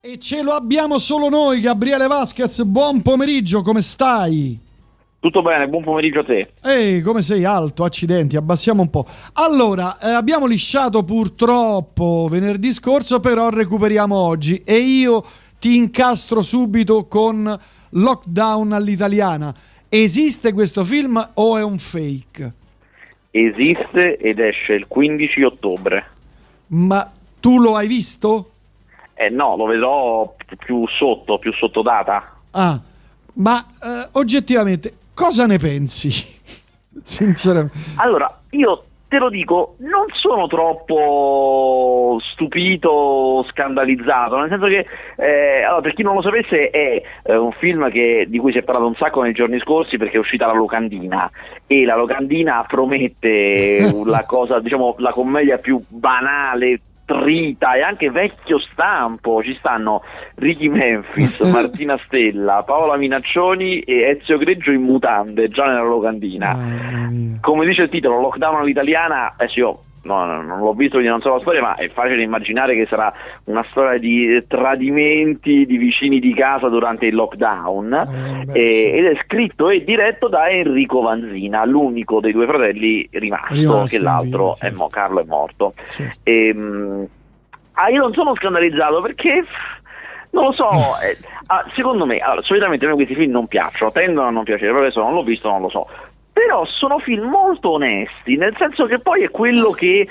E ce lo abbiamo solo noi, Gabriele Vasquez, buon pomeriggio, come stai? Tutto bene, buon pomeriggio a te. Ehi, come sei alto, accidenti, abbassiamo un po'. Allora, abbiamo lisciato purtroppo venerdì scorso, però recuperiamo oggi e io ti incastro subito con Lockdown all'italiana. Esiste questo film o è un fake? Esiste ed esce il 15 ottobre. Ma tu lo hai visto? No, lo vedrò più sotto data. Ah, ma oggettivamente cosa ne pensi? Sinceramente. Allora, io te lo dico, non sono troppo stupito, scandalizzato, nel senso che, allora, per chi non lo sapesse, è un film di cui si è parlato un sacco nei giorni scorsi perché è uscita la locandina, e la locandina promette la cosa, diciamo, la commedia più banale, trita e anche vecchio stampo. Ci stanno Ricky Memphis, Martina Stella, Paola Minaccioni e Ezio Greggio in mutande già nella locandina. Come dice il titolo, Lockdown all'italiana, io non l'ho visto, quindi non so la storia, ma è facile immaginare che sarà una storia di tradimenti di vicini di casa durante il lockdown, ed è scritto e diretto da Enrico Vanzina, l'unico dei due fratelli rimasto che l'altro è Carlo è morto. Io non sono scandalizzato perché non lo so, secondo me, allora, solitamente a me questi film non piacciono, tendono a non piacere, però adesso non l'ho visto, non lo so. Però sono film molto onesti, nel senso che poi è quello che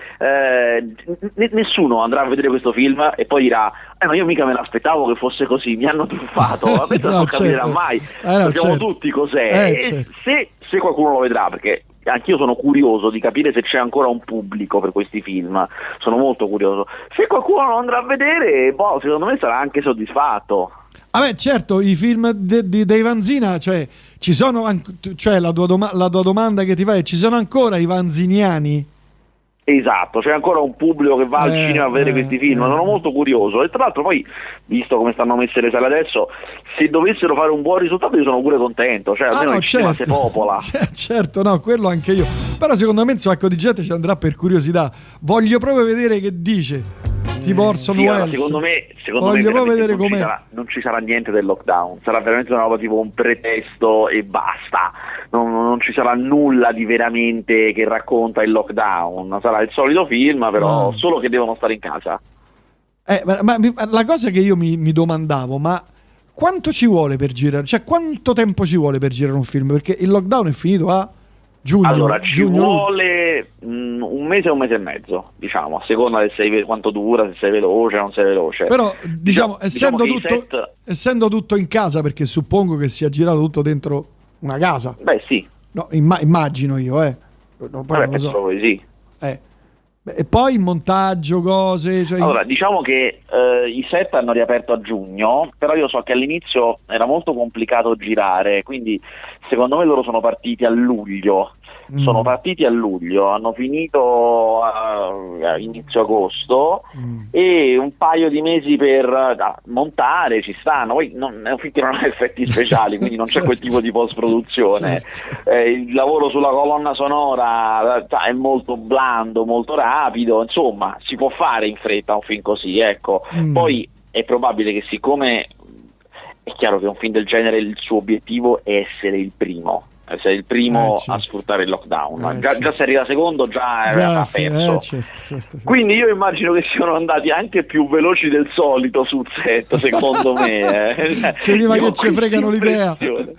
nessuno andrà a vedere questo film e poi dirà ma io mica me l'aspettavo che fosse così, mi hanno truffato. A questo non capirà mai, sappiamo tutti cos'è. Se qualcuno lo vedrà, perché anch'io sono curioso di capire se c'è ancora un pubblico per questi film, sono molto curioso. Se qualcuno lo andrà a vedere, secondo me sarà anche soddisfatto. Vabbè, certo, i film dei Vanzina, cioè ci sono, cioè la tua domanda che ti fai, ci sono ancora i vanziniani? Esatto, c'è ancora un pubblico che va al cinema a vedere questi film, sono molto curioso. E tra l'altro poi, visto come stanno messe le sale adesso, se dovessero fare un buon risultato io sono pure contento, cioè almeno il cinema si popola. Certo, no, quello anche io. Però secondo me un sacco di gente ci andrà per curiosità. Voglio proprio vedere che dice. Tipo Orson Welles. Secondo me proprio vedere com'è. Non ci sarà niente del lockdown, sarà veramente una roba tipo un pretesto e basta. Non ci sarà nulla di veramente che racconta il lockdown, sarà il solito film, però solo che devono stare in casa. Ma la cosa che io mi domandavo, ma quanto ci vuole per girare? Cioè quanto tempo ci vuole per girare un film? Perché il lockdown è finito a giugno. Allora ci vuole un mese e mezzo, diciamo, a seconda se quanto dura, se sei veloce o non sei veloce. Però diciamo essendo tutto in casa, perché suppongo che sia girato tutto dentro una casa. Beh sì. No, immagino io, no, poi non lo so. Poi sì. E poi il montaggio, cose. Cioè... Allora, diciamo che i set hanno riaperto a giugno, però io so che all'inizio era molto complicato girare, quindi secondo me loro sono partiti a luglio. Hanno finito a inizio agosto e un paio di mesi per montare ci stanno. Poi è un film che non ha effetti speciali, quindi non c'è quel tipo di post-produzione. Il lavoro sulla colonna sonora è molto blando, molto rapido, insomma si può fare in fretta un film così, ecco. Poi è probabile che, siccome è chiaro che un film del genere il suo obiettivo è essere il primo a sfruttare il lockdown, già se arriva secondo già ha perso. Certo. Quindi io immagino che siano andati anche più veloci del solito sul set, secondo me. C'è prima che ci fregano l'idea.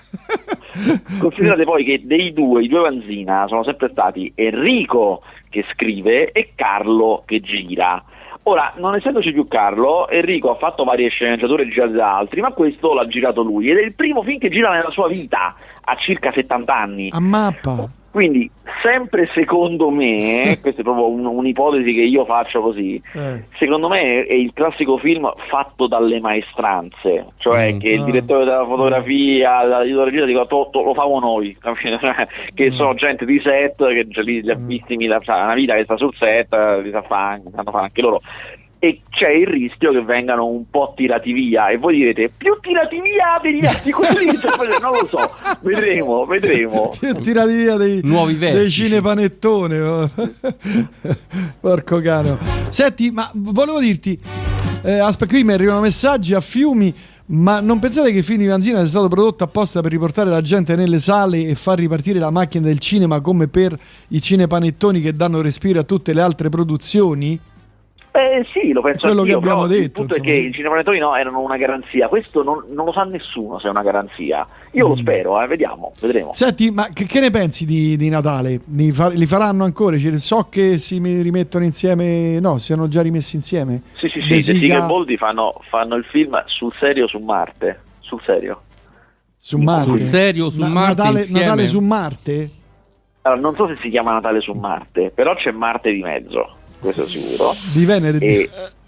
Considerate poi che i due Vanzina sono sempre stati Enrico che scrive e Carlo che gira. Ora, non essendoci più Carlo, Enrico ha fatto varie sceneggiature girate da altri, ma questo l'ha girato lui ed è il primo film che gira nella sua vita, a circa 70 anni. A mappa. Quindi, sempre secondo me, questa è proprio un'ipotesi che io faccio così, secondo me è il classico film fatto dalle maestranze, cioè che il direttore della fotografia, l'editore regia dico lo famo noi, che sono gente di set, che già li ha visti una vita che sta sul set, li sanno fare anche loro. E c'è il rischio che vengano un po' tirati via, e voi direte più tirati via degli altri così, non lo so, vedremo più tirati via dei cinepanettone. Porco cano. Senti, ma volevo dirti, Aspetta, qui mi arrivano messaggi a fiumi. Ma non pensate che il film di Vanzina sia stato prodotto apposta per riportare la gente nelle sale e far ripartire la macchina del cinema come per i cinepanettoni che danno respiro a tutte le altre produzioni? Sì, lo penso quello anch'io, che abbiamo detto. Il punto è che i cinepanettoni erano una garanzia. Questo non lo sa nessuno se è una garanzia. Io lo spero, vedremo. Senti, ma che ne pensi di Natale? Li faranno ancora? So che si rimettono insieme. No, si hanno già rimessi insieme. Sì, De Sica e Boldi fanno il film sul serio su Marte. Sul serio. Su Marte? Sul serio su Marte Natale su Marte? Allora, non so se si chiama Natale su Marte, però c'è Marte di mezzo. Questo è sicuro. Di venerdì.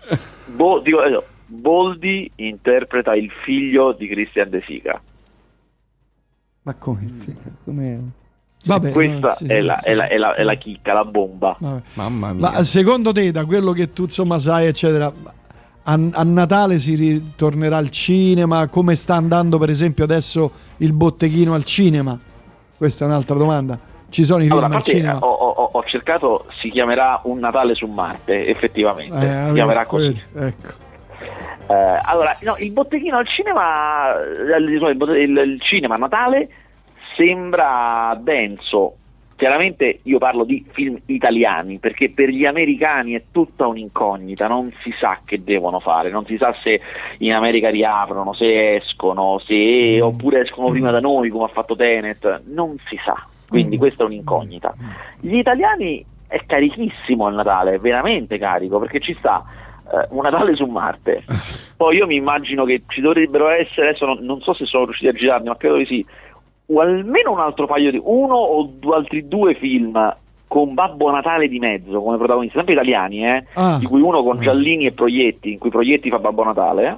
Boldi interpreta il figlio di Christian De Sica. Ma come il figlio? Come... Vabbè, questa è la chicca, la bomba. Vabbè. Mamma mia. Ma secondo te, da quello che tu insomma sai, eccetera, a Natale si ritornerà al cinema? Come sta andando per esempio adesso il botteghino al cinema? Questa è un'altra domanda. Ci sono i film al cinema? Ho cercato, si chiamerà Un Natale su Marte, effettivamente. Si chiamerà così. Ecco. Allora, no, il botteghino al cinema, il cinema a Natale sembra denso. Chiaramente io parlo di film italiani, perché per gli americani è tutta un'incognita, non si sa che devono fare, non si sa se in America riaprono, se escono, oppure escono prima da noi come ha fatto Tenet, non si sa. Quindi questa è un'incognita. Gli italiani è carichissimo il Natale, è veramente carico, perché ci sta Un Natale su Marte. Poi io mi immagino che ci dovrebbero essere, adesso non so se sono riusciti a girarli, ma credo di sì, o almeno un altro paio di uno o altri due film con Babbo Natale di mezzo come protagonisti, sempre italiani, di cui uno con Giallini e Proietti, in cui Proietti fa Babbo Natale.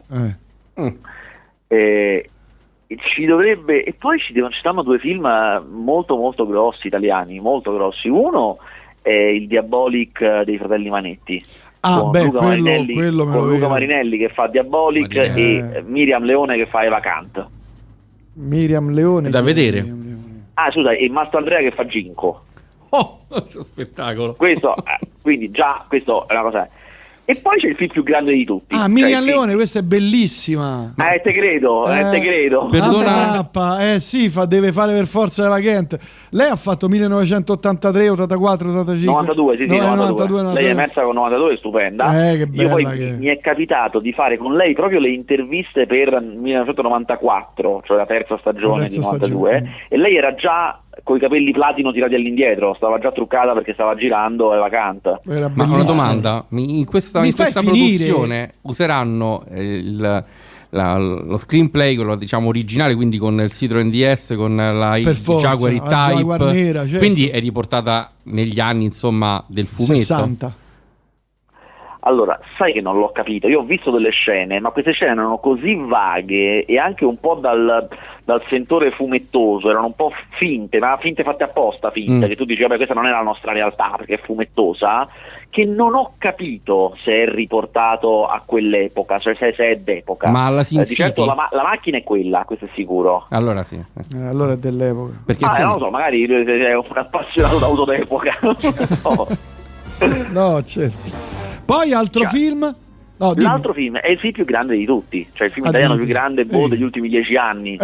Ci dovrebbe, e poi ci stanno due film molto molto grossi italiani, molto grossi. Uno è il Diabolic dei fratelli Manetti, con Luca Marinelli che fa Diabolic e Miriam Leone che fa Eva Kant. Miriam Leone da vedere. Scusa, e Mastro Andrea che fa Ginko. Questo spettacolo. Questo quindi già questo è una cosa. E poi c'è il film più grande di tutti. Miriam Leone, questa è bellissima. Te credo. Perdona. Sì, deve fare per forza Eva Kent. Lei ha fatto 1983, 84, 85. 92, sì, 92. Lei è emersa con 92, è stupenda. Che bella. Io poi mi è capitato di fare con lei proprio le interviste per 1994, cioè la terza stagione di 92, e lei era già con i capelli platino tirati all'indietro, stava già truccata perché stava girando Eva Kant. Ma una domanda, in questa produzione useranno lo screenplay, quello diciamo originale, quindi con il Citroen DS, con la Jaguar E-Type, nera, certo. Quindi è riportata negli anni insomma del fumetto 60. Allora, sai che non l'ho capito, io ho visto delle scene, ma queste scene erano così vaghe e anche un po' dal sentore fumettoso, erano un po' finte, ma finte fatte apposta, che tu dici, vabbè, questa non è la nostra realtà perché è fumettosa, che non ho capito se è riportato a quell'epoca, cioè se è d'epoca. Ma alla Sin di certo la macchina è quella, questo è sicuro. Allora sì. Allora è dell'epoca. Perché non lo so, magari sei un appassionato d'auto d'epoca. No, certo. Poi altro film? L'altro film è il film più grande di tutti, cioè il film italiano più grande degli ultimi 10 anni.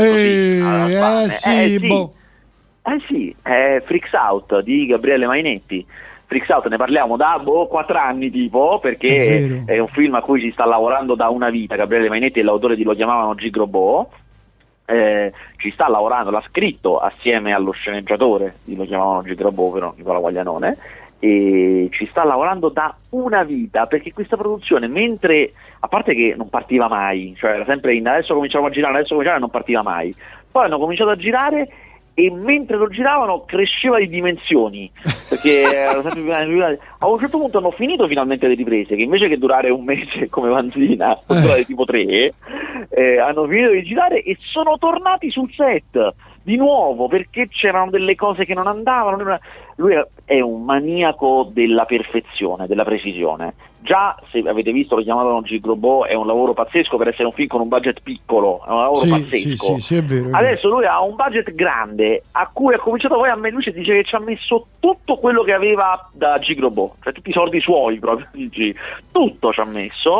Sì, è Freaks Out di Gabriele Mainetti. Freaks Out ne parliamo da 4 anni tipo, perché è un film a cui ci sta lavorando da una vita. Gabriele Mainetti è l'autore di Lo chiamavano Gigrobò, ci sta lavorando, l'ha scritto assieme allo sceneggiatore di Lo chiamavano Gigrobò, però Nicola Guaglianone, e ci sta lavorando da una vita, perché questa produzione, mentre a parte che non partiva mai, cioè era sempre adesso cominciamo a girare e non partiva mai, poi hanno cominciato a girare e mentre lo giravano cresceva di dimensioni, perché era sempre più. A un certo punto hanno finito finalmente le riprese, che invece che durare un mese come Vanzina, durare tipo 3, hanno finito di girare e sono tornati sul set di nuovo perché c'erano delle cose che non andavano. Lui è un maniaco della perfezione, della precisione. Già, se avete visto, Lo chiamavano Gigrobò, è un lavoro pazzesco per essere un film con un budget piccolo, è un lavoro pazzesco. Sì, è vero. Adesso lui ha un budget grande a cui ha cominciato poi lui ci dice che ci ha messo tutto quello che aveva da Gigrobò, cioè tutti i soldi suoi proprio, tutto ci ha messo.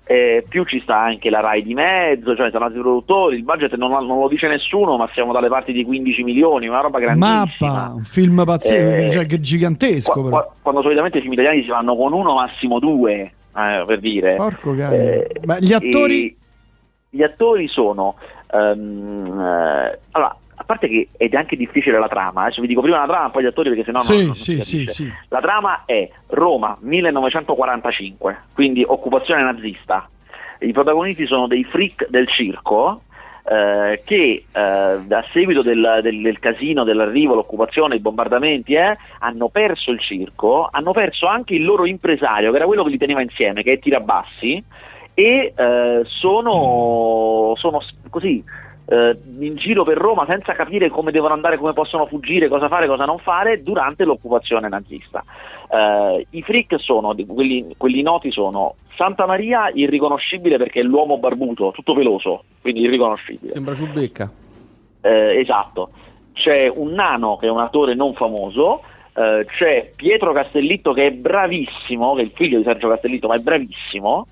più ci sta anche la Rai di mezzo, cioè sono altri produttori, il budget non lo dice nessuno, ma siamo dalle parti di 15 milioni, una roba grandissima. Mappa, un film pazzesco, cioè gigantesco. Quando solitamente i film italiani si fanno con uno, massimo due, per dire. Porco cane. Ma gli attori? Gli attori sono... allora, a parte che ed è anche difficile la trama, adesso vi dico prima la trama, poi gli attori, perché sennò non si capisce. Sì. La trama è Roma 1945, quindi occupazione nazista. I protagonisti sono dei freak del circo che a seguito del casino, dell'arrivo, l'occupazione, i bombardamenti, hanno perso il circo, hanno perso anche il loro impresario, che era quello che li teneva insieme, che è Tirabassi, e sono così in giro per Roma senza capire come devono andare, come possono fuggire, cosa fare, cosa non fare durante l'occupazione nazista. I freak sono quelli noti, sono Santa Maria, irriconoscibile perché è l'uomo barbuto, tutto peloso, quindi irriconoscibile. Sembra Ciubecca. Esatto. C'è un nano che è un attore non famoso, c'è Pietro Castellitto che è bravissimo, che è il figlio di Sergio Castellitto, ma è bravissimo,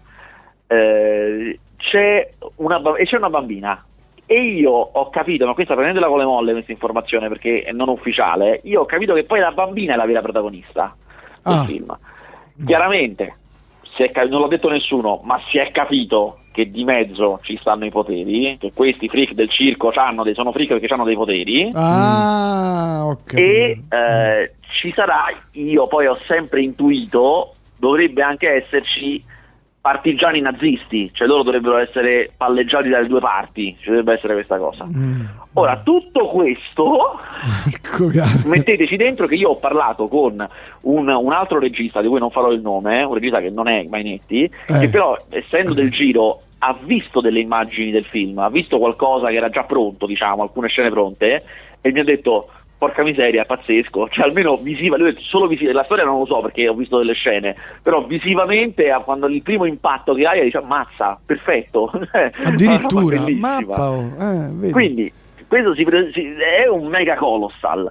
c'è una bambina. E io ho capito, ma questa prendetela con le molle questa informazione perché è non ufficiale, io ho capito che poi la bambina è la vera protagonista del film. Chiaramente non l'ha detto nessuno, ma si è capito che di mezzo ci stanno i poteri, che questi freak del circo sono freak perché hanno dei poteri. Okay. E ci sarà, io poi ho sempre intuito, dovrebbe anche esserci partigiani nazisti, cioè loro dovrebbero essere palleggiati dalle due parti, ci dovrebbe essere questa cosa. Ora, tutto questo metteteci dentro che io ho parlato con un altro regista di cui non farò il nome, un regista che non è Mainetti, che però essendo del giro ha visto delle immagini del film, ha visto qualcosa che era già pronto, diciamo, alcune scene pronte, e mi ha detto: porca miseria, è pazzesco, cioè almeno visiva, lui ha detto solo visiva, la storia non lo so perché ho visto delle scene, però visivamente quando il primo impatto che hai dice ammazza, perfetto, addirittura mappa, vedi. Quindi questo è un mega colossal.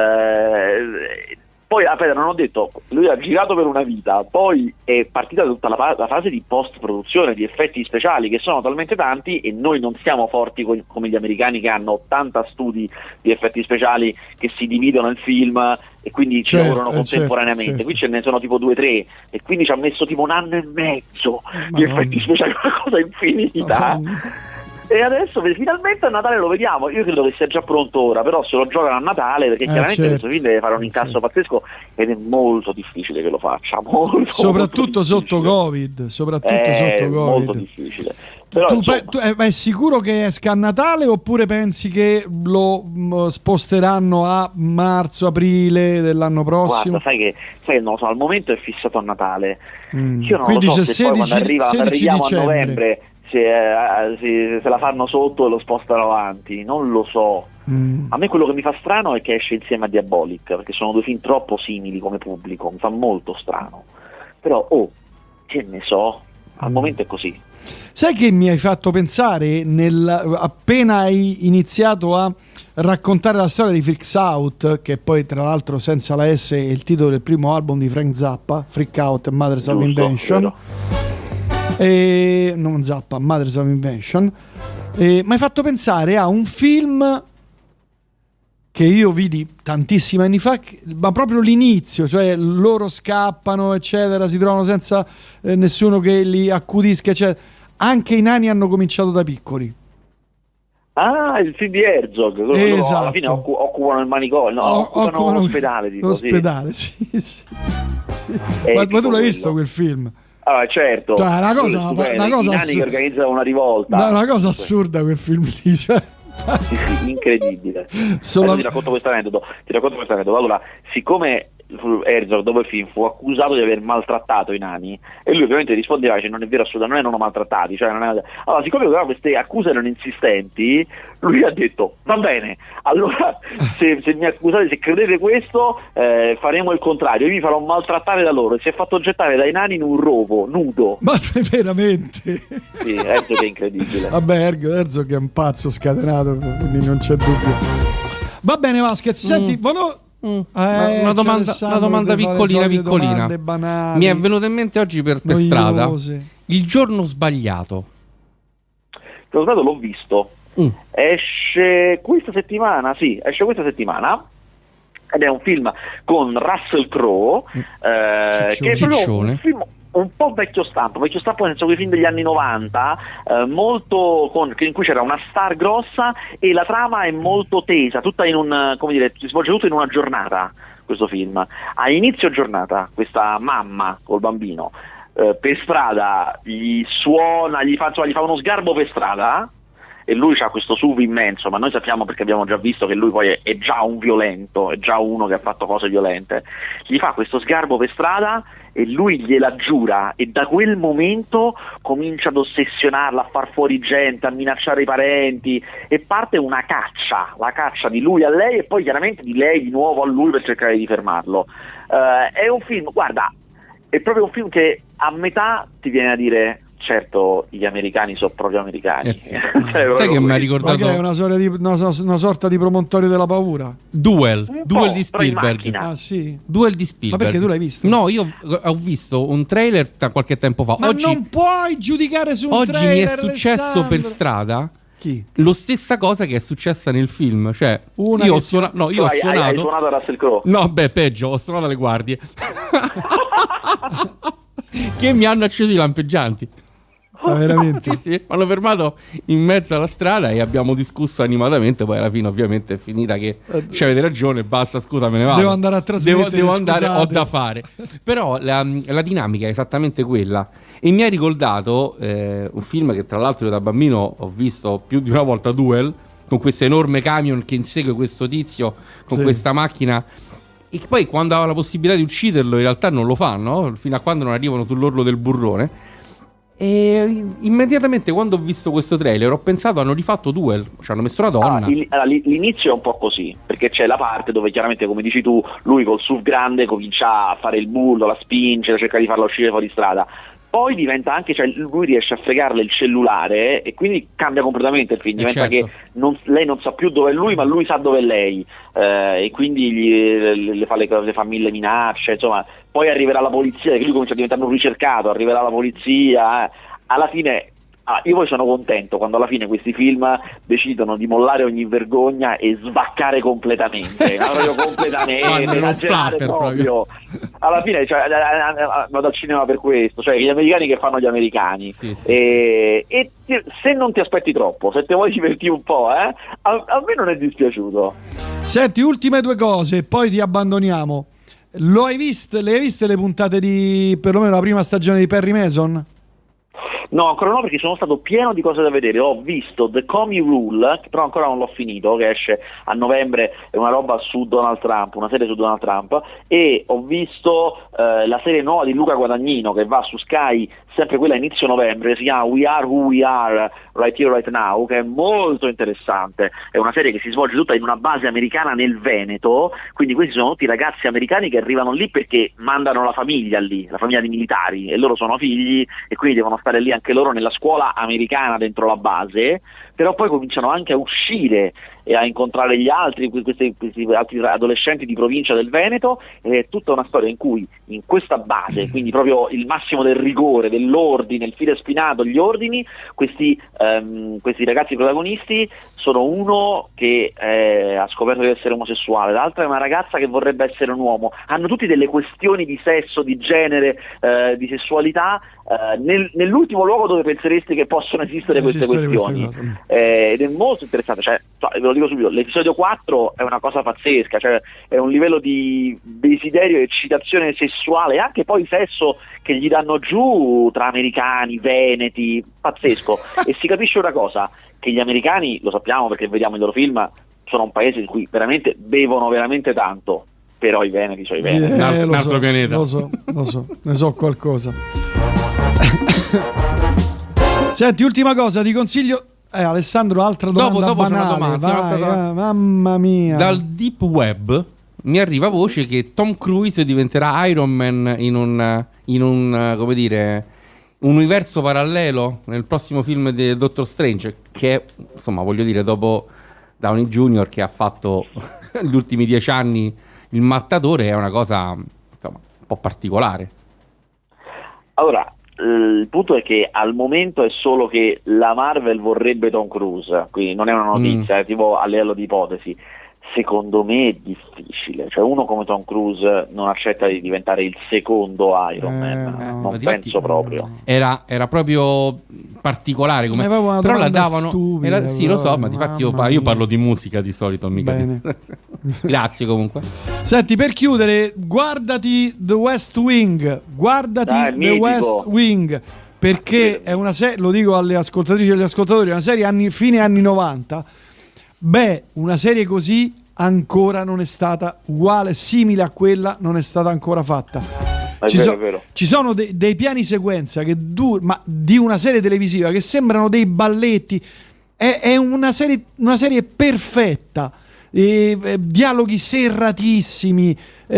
Poi non ho detto, lui ha girato per una vita, poi è partita tutta la fase di post-produzione, di effetti speciali che sono talmente tanti, e noi non siamo forti come gli americani che hanno 80 studi di effetti speciali che si dividono il film e quindi ci lavorano contemporaneamente. Certo. Qui ce ne sono tipo 2-3 e quindi ci ha messo tipo un anno e mezzo di effetti speciali, una cosa infinita. E adesso finalmente a Natale lo vediamo. Io credo che sia già pronto ora, però se lo giocano a Natale, perché chiaramente questo film deve fare un incasso pazzesco ed è molto difficile che lo faccia, soprattutto sotto Covid, molto difficile. Però, tu è sicuro che esca a Natale oppure pensi che lo sposteranno a marzo, aprile dell'anno prossimo? Guarda, sai che non lo so, al momento è fissato a Natale. Io non quindi lo so c'è se poi quando arriviamo dicembre. A novembre se la fanno sotto e lo spostano avanti, non lo so. A me quello che mi fa strano è che esce insieme a Diabolic, perché sono due film troppo simili come pubblico, mi fa molto strano, però che ne so, al momento è così. Sai che mi hai fatto pensare appena hai iniziato a raccontare la storia di Freaks Out, che poi tra l'altro senza la S è il titolo del primo album di Frank Zappa, Freak Out and Mothers of Invention. Non Zappa, Mothers of Invention. Mi hai fatto pensare a un film che io vidi tantissimi anni fa, ma proprio l'inizio, cioè loro scappano eccetera, si trovano senza nessuno che li accudisca eccetera. Anche i nani hanno cominciato da piccoli. Il film di Herzog, esatto. Alla fine occupano il manicomio, occupano l'ospedale, tipo, l'ospedale, sì. Ma tu l'hai visto quel film? Certo, una cosa i nani che organizzano una rivolta, una cosa assurda quel film lì, cioè. Sì, incredibile. Ti racconto questo aneddoto. Allora, siccome Herzog dopo il film fu accusato di aver maltrattato i nani e lui ovviamente rispondeva che non è vero assolutamente, non erano maltrattati, cioè non è... Allora, siccome queste accuse erano insistenti, lui ha detto va bene, allora se mi accusate, se credete questo, faremo il contrario, io vi farò maltrattare da loro. E si è fatto gettare dai nani in un rovo nudo. Ma veramente? Sì, Herzog è incredibile. Vabbè, Herzog è un pazzo scatenato, quindi non c'è dubbio. Va bene, Vasquez, senti, Una domanda piccolina. Mi è venuta in mente oggi per strada. Il giorno sbagliato. L'ho visto. Esce questa settimana. Ed è un film con Russell Crowe, che è proprio un film un po' vecchio stampo nel senso che i film degli anni 90, in cui c'era una star grossa e la trama è molto tesa, tutta si svolge tutto in una giornata. Questo film, a inizio giornata, questa mamma col bambino per strada gli fa uno sgarbo per strada, e lui ha questo SUV immenso, ma noi sappiamo, perché abbiamo già visto, che lui poi è già un violento, è già uno che ha fatto cose violente. Gli fa questo sgarbo per strada e lui gliela giura, e da quel momento comincia ad ossessionarla, a far fuori gente, a minacciare i parenti, e parte una caccia, la caccia di lui a lei e poi chiaramente di lei di nuovo a lui per cercare di fermarlo. È un film, guarda, è proprio un film che a metà ti viene a dire: certo, gli americani sono proprio americani. Sì. Sai che mi ha ricordato? È una sorta di promontorio della paura. Duel di Spielberg. Ah, sì. Duel di Spielberg. Ma perché tu l'hai visto? No, io ho visto un trailer qualche tempo fa. Ma oggi non puoi giudicare su un trailer. Oggi mi è successo per strada lo stessa cosa che è successa nel film. Cioè, io ho suonato. Hai suonato a Russell Crowe? No, peggio, ho suonato alle guardie. Che mi hanno acceso i lampeggianti. Ma veramente? Sì, mi hanno fermato in mezzo alla strada e abbiamo discusso animatamente. Poi alla fine ovviamente è finita che avete ragione, basta, scusa, me ne vado, devo andare a trasmettere, devo andare, ho da fare. Però la dinamica è esattamente quella. E mi ha ricordato un film che tra l'altro io da bambino ho visto più di una volta, Duel, con questo enorme camion che insegue questo tizio con questa macchina, e poi quando ha la possibilità di ucciderlo in realtà non lo fanno, fino a quando non arrivano sull'orlo del burrone. E immediatamente quando ho visto questo trailer ho pensato: hanno rifatto Duel, ci hanno messo la donna. L'inizio è un po' così, perché c'è la parte dove chiaramente, come dici tu, lui col SUV grande comincia a fare il bullo, la spinge, cerca di farla uscire fuori strada. Poi diventa anche, lui riesce a fregarle il cellulare e quindi cambia completamente il film, diventa che lei non sa più dove è lui, ma lui sa dove è lei, e quindi le fa mille minacce, insomma. Poi arriverà la polizia, che lui comincia a diventare un ricercato, arriverà la polizia, alla fine. Io poi sono contento quando alla fine questi film decidono di mollare ogni vergogna e svaccare completamente, proprio completamente, proprio. Alla fine vado al cinema per questo, cioè gli americani che fanno gli americani, e se non ti aspetti troppo, se te vuoi divertire un po', a me non è dispiaciuto. Senti, ultime due cose e poi ti abbandoniamo. Le hai viste le puntate di, perlomeno la prima stagione di Perry Mason? No, ancora no, perché sono stato pieno di cose da vedere. Ho visto The Comey Rule, che però ancora non l'ho finito, che esce a novembre, è una roba su Donald Trump, una serie su Donald Trump, e ho visto la serie nuova di Luca Guadagnino che va su Sky, sempre quella inizio novembre, si chiama We Are Who We Are Right Here Right Now, che è molto interessante. È una serie che si svolge tutta in una base americana nel Veneto, quindi questi sono tutti ragazzi americani che arrivano lì perché mandano la famiglia lì, la famiglia di militari, e loro sono figli e quindi devono stare lì anche loro nella scuola americana dentro la base, però poi cominciano anche a uscire e a incontrare gli altri, questi altri adolescenti di provincia del Veneto, ed è tutta una storia in cui in questa base, quindi proprio il massimo del rigore, dell'ordine, il filo spinato, gli ordini, questi ragazzi protagonisti sono uno che ha scoperto di essere omosessuale, l'altra è una ragazza che vorrebbe essere un uomo, hanno tutti delle questioni di sesso, di genere, di sessualità, nell'ultimo luogo dove penseresti che possono esistere queste questioni, ed è molto interessante, ve lo dico subito, l'episodio 4 è una cosa pazzesca, è un livello di desiderio e eccitazione sessuale e anche poi sesso che gli danno giù tra americani, veneti, pazzesco. E si capisce una cosa, che gli americani, lo sappiamo perché vediamo i loro film, sono un paese in cui veramente bevono veramente tanto, però i veneti sono i veneti. Un altro pianeta. Lo so, ne so qualcosa. Senti, ultima cosa, ti consiglio. Alessandro, altra domanda dopo banale. Vai, mamma mia. Dal deep web mi arriva voce che Tom Cruise diventerà Iron Man in un come dire, un universo parallelo nel prossimo film di Doctor Strange, che insomma, voglio dire, dopo Downey Jr. che ha fatto gli ultimi 10 anni il mattatore è una cosa, insomma, un po' particolare. Allora, il punto è che al momento è solo che la Marvel vorrebbe Tom Cruise, quindi non è una notizia, è tipo a livello di ipotesi. Secondo me è difficile, cioè uno come Tom Cruise non accetta di diventare il secondo Iron Man, non penso proprio. Era proprio particolare, come però la davano stupida, sì, lo so, ma difatti io parlo di musica di solito, mica grazie comunque. Senti, per chiudere, guardati The West Wing, The West Wing, perché è una serie, lo dico alle ascoltatrici e agli ascoltatori, è una serie fine anni 90. Una serie così ancora non è stata uguale, simile a quella non è stata ancora fatta. È vero. Ci sono dei piani sequenza ma di una serie televisiva che sembrano dei balletti. È una serie perfetta, dialoghi serratissimi,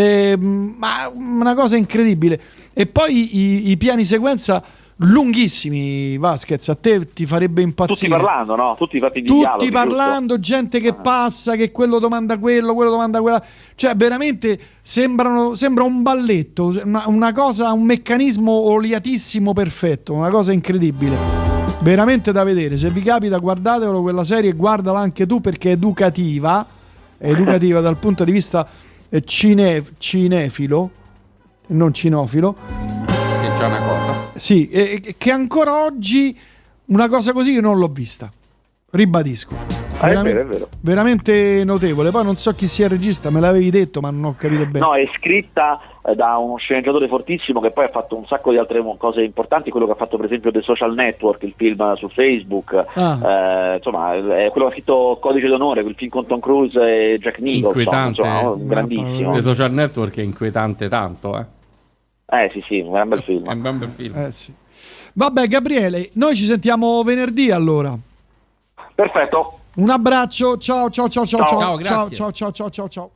ma una cosa incredibile. E poi i piani sequenza lunghissimi. Vasquez, a te ti farebbe impazzire. Tutti parlando, no? Tutti fatti di dialoghi, tutti parlando, giusto? Gente che passa, che quello domanda quello domanda quella, cioè veramente sembra un balletto, una cosa, un meccanismo oliatissimo perfetto, una cosa incredibile, veramente da vedere. Se vi capita, guardatevelo quella serie, guardala anche tu, perché è educativa dal punto di vista cinefilo, non cinofilo. Che già una cosa. Sì, che ancora oggi una cosa così io non l'ho vista, ribadisco. È vero. Veramente notevole. Poi non so chi sia il regista, me l'avevi detto, ma non ho capito bene. No, è scritta da uno sceneggiatore fortissimo che poi ha fatto un sacco di altre cose importanti, quello che ha fatto per esempio The Social Network, il film su Facebook, insomma è quello che ha scritto Codice d'onore, quel film con Tom Cruise e Jack Nicholson, insomma, grandissimo. The Social Network è inquietante tanto, sì, un gran bel film. È un bel film. Sì. Vabbè, Gabriele, noi ci sentiamo venerdì allora. Perfetto. Un abbraccio, ciao. Ciao, grazie. Ciao.